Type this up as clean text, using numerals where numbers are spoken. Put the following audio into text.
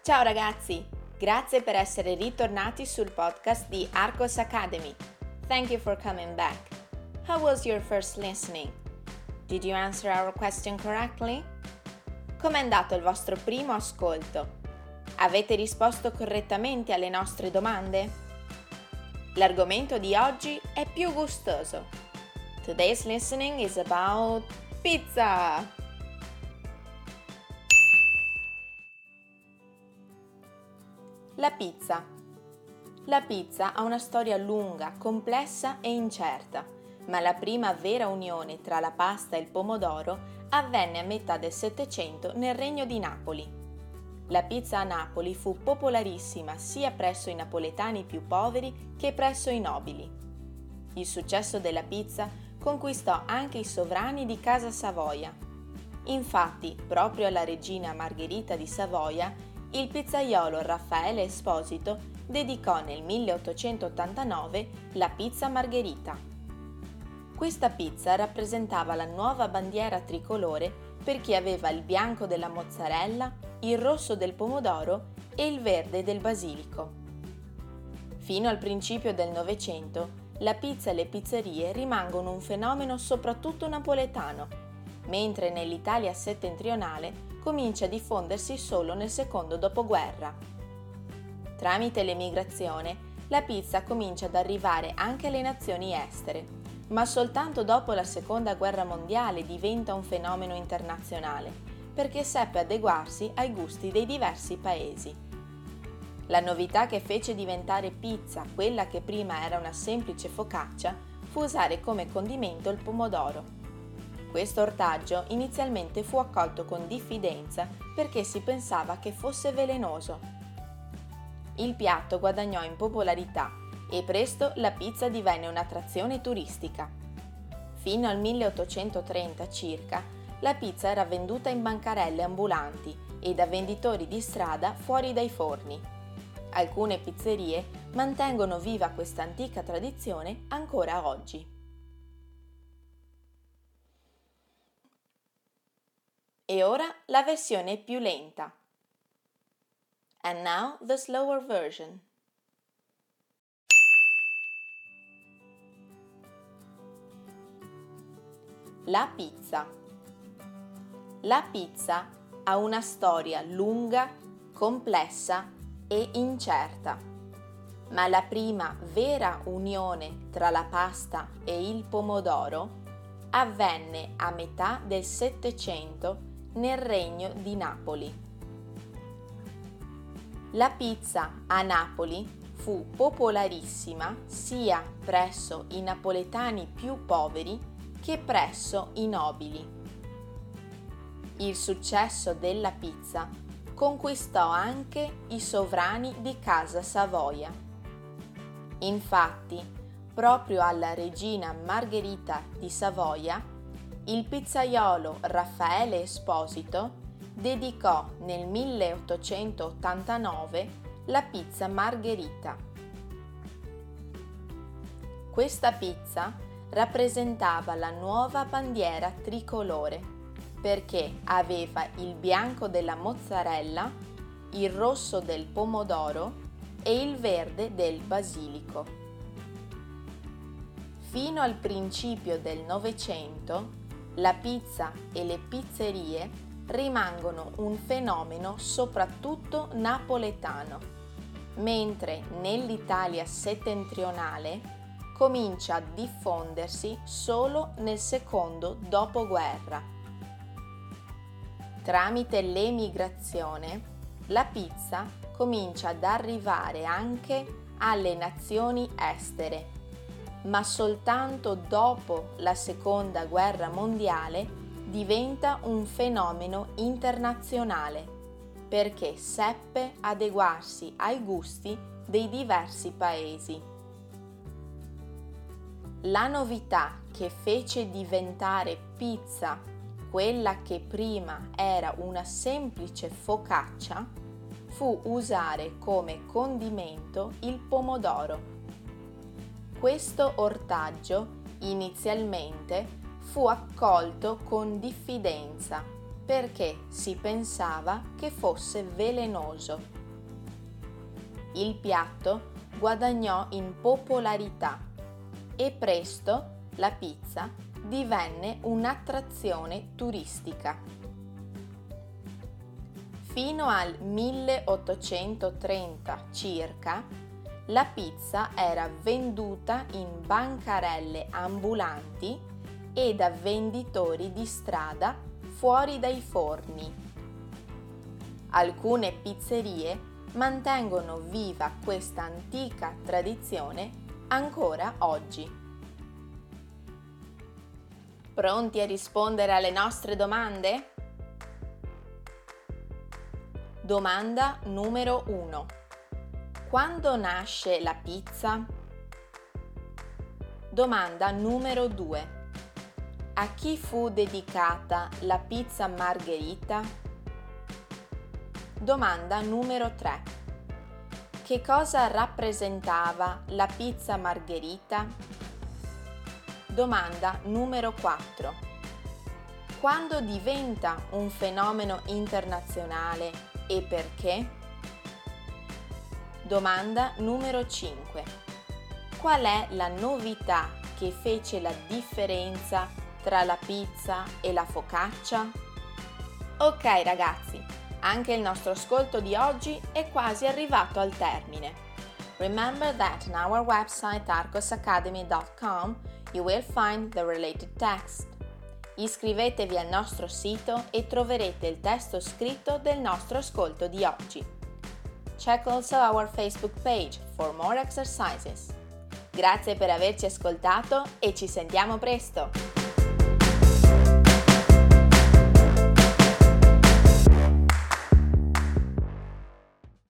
Ciao ragazzi, grazie per essere ritornati sul podcast di Arcos Academy. Thank you for coming back. How was your first listening? Did you answer our question correctly? Com'è andato il vostro primo ascolto? Avete risposto correttamente alle nostre domande? L'argomento di oggi è più gustoso. Today's listening is about pizza! La pizza. La pizza ha una storia lunga, complessa e incerta, ma la prima vera unione tra la pasta e il pomodoro avvenne a metà del Settecento nel Regno di Napoli. La pizza a Napoli fu popolarissima sia presso i napoletani più poveri che presso i nobili. Il successo della pizza conquistò anche i sovrani di Casa Savoia. Infatti, proprio alla regina Margherita di Savoia, il pizzaiolo Raffaele Esposito dedicò nel 1889 la pizza Margherita. Questa pizza rappresentava la nuova bandiera tricolore per chi aveva il bianco della mozzarella, il rosso del pomodoro e il verde del basilico. Fino al principio del Novecento, la pizza e le pizzerie rimangono un fenomeno soprattutto napoletano, mentre nell'Italia settentrionale comincia a diffondersi solo nel secondo dopoguerra. Tramite l'emigrazione, la pizza comincia ad arrivare anche alle nazioni estere, ma soltanto dopo la Seconda Guerra Mondiale diventa un fenomeno internazionale, perché seppe adeguarsi ai gusti dei diversi paesi. La novità che fece diventare pizza quella che prima era una semplice focaccia fu usare come condimento il pomodoro. Questo ortaggio inizialmente fu accolto con diffidenza perché si pensava che fosse velenoso. Il piatto guadagnò in popolarità e presto la pizza divenne un'attrazione turistica. Fino al 1830 circa, la pizza era venduta in bancarelle ambulanti e da venditori di strada fuori dai forni. Alcune pizzerie mantengono viva questa antica tradizione ancora oggi. E ora la versione più lenta. And now the slower version. La pizza. La pizza ha una storia lunga, complessa e incerta, ma la prima vera unione tra la pasta e il pomodoro avvenne a metà del Settecento nel Regno di Napoli. La pizza a Napoli fu popolarissima sia presso i napoletani più poveri che presso i nobili. Il successo della pizza conquistò anche i sovrani di Casa Savoia. Infatti, proprio alla regina Margherita di Savoia, il pizzaiolo Raffaele Esposito dedicò nel 1889 la pizza Margherita. Questa pizza rappresentava la nuova bandiera tricolore perché aveva il bianco della mozzarella, il rosso del pomodoro e il verde del basilico. Fino al principio del Novecento, la pizza e le pizzerie rimangono un fenomeno soprattutto napoletano, mentre nell'Italia settentrionale comincia a diffondersi solo nel secondo dopoguerra. Tramite l'emigrazione, la pizza comincia ad arrivare anche alle nazioni estere, ma soltanto dopo la Seconda Guerra Mondiale diventa un fenomeno internazionale, perché seppe adeguarsi ai gusti dei diversi paesi. La novità che fece diventare pizza quella che prima era una semplice focaccia fu usare come condimento il pomodoro. Questo ortaggio inizialmente fu accolto con diffidenza perché si pensava che fosse velenoso. il piatto guadagnò in popolarità e presto la pizza divenne un'attrazione turistica. Fino al 1830 circa, la pizza era venduta in bancarelle ambulanti e da venditori di strada fuori dai forni. Alcune pizzerie mantengono viva questa antica tradizione ancora oggi. Pronti a rispondere alle nostre domande? Domanda numero 1. Quando nasce la pizza? Domanda numero 2. A chi fu dedicata la pizza margherita? Domanda numero 3. Che cosa rappresentava la pizza margherita? Domanda numero 4. Quando diventa un fenomeno internazionale e perché? Domanda numero 5. Qual è la novità che fece la differenza tra la pizza e la focaccia? Ok ragazzi, anche il nostro ascolto di oggi è quasi arrivato al termine. Remember that on our website arcosacademy.com you will find the related text. Iscrivetevi al nostro sito e troverete il testo scritto del nostro ascolto di oggi. Check also our Facebook page for more exercises. Grazie per averci ascoltato e ci sentiamo presto!